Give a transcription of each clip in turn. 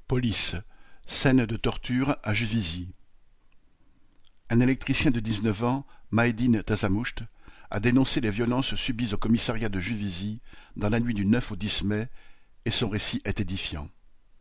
Police. Scène de torture à Juvisy. Un électricien de 19 ans, Maïdine Tazamoucht, a dénoncé les violences subies au commissariat de Juvisy dans la nuit du 9 au 10 mai, et son récit est édifiant.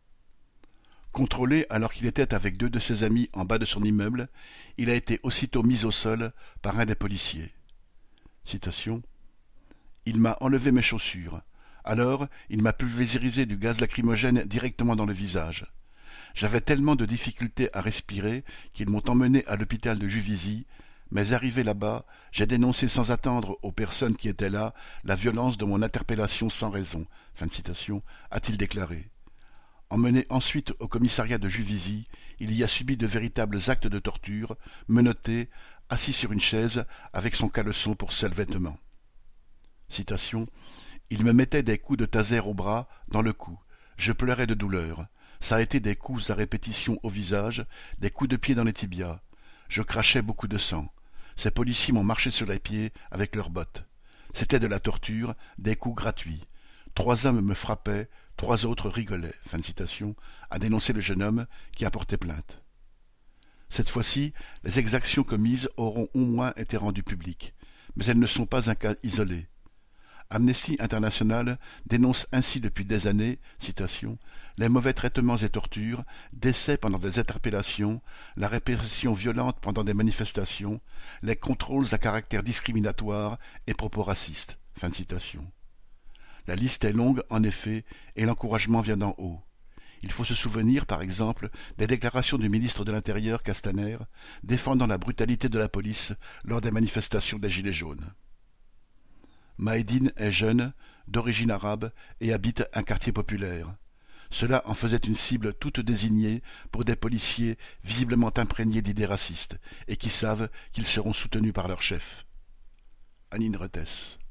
Contrôlé alors qu'il était avec deux de ses amis en bas de son immeuble, il a été aussitôt mis au sol par un des policiers. Citation. « Il m'a enlevé mes chaussures. Alors, il m'a pulvérisé du gaz lacrymogène directement dans le visage. J'avais tellement de difficultés à respirer qu'ils m'ont emmené à l'hôpital de Juvisy, mais arrivé là-bas, j'ai dénoncé sans attendre aux personnes qui étaient là la violence de mon interpellation sans raison. » Fin de citation, a-t-il déclaré. Emmené ensuite au commissariat de Juvisy, il y a subi de véritables actes de torture, menotté, assis sur une chaise, avec son caleçon pour seul vêtement. Citation. « Il me mettait des coups de taser au bras, dans le cou. Je pleurais de douleur. Ça a été des coups à répétition au visage, des coups de pied dans les tibias. Je crachais beaucoup de sang. Ces policiers m'ont marché sur les pieds avec leurs bottes. C'était de la torture, des coups gratuits. 3 hommes me frappaient, 3 autres rigolaient. » Fin de citation, a dénoncé le jeune homme qui a porté plainte. Cette fois-ci, les exactions commises auront au moins été rendues publiques, mais elles ne sont pas un cas isolé. Amnesty International dénonce ainsi depuis des années, citation, les mauvais traitements et tortures, décès pendant des interpellations, la répression violente pendant des manifestations, les contrôles à caractère discriminatoire et propos racistes. Fin de citation. La liste est longue, en effet, et l'encouragement vient d'en haut. Il faut se souvenir, par exemple, des déclarations du ministre de l'Intérieur, Castaner, défendant la brutalité de la police lors des manifestations des Gilets jaunes. Maïdine est jeune, d'origine arabe, et habite un quartier populaire. Cela en faisait une cible toute désignée pour des policiers visiblement imprégnés d'idées racistes, et qui savent qu'ils seront soutenus par leur chef. Anine Retes.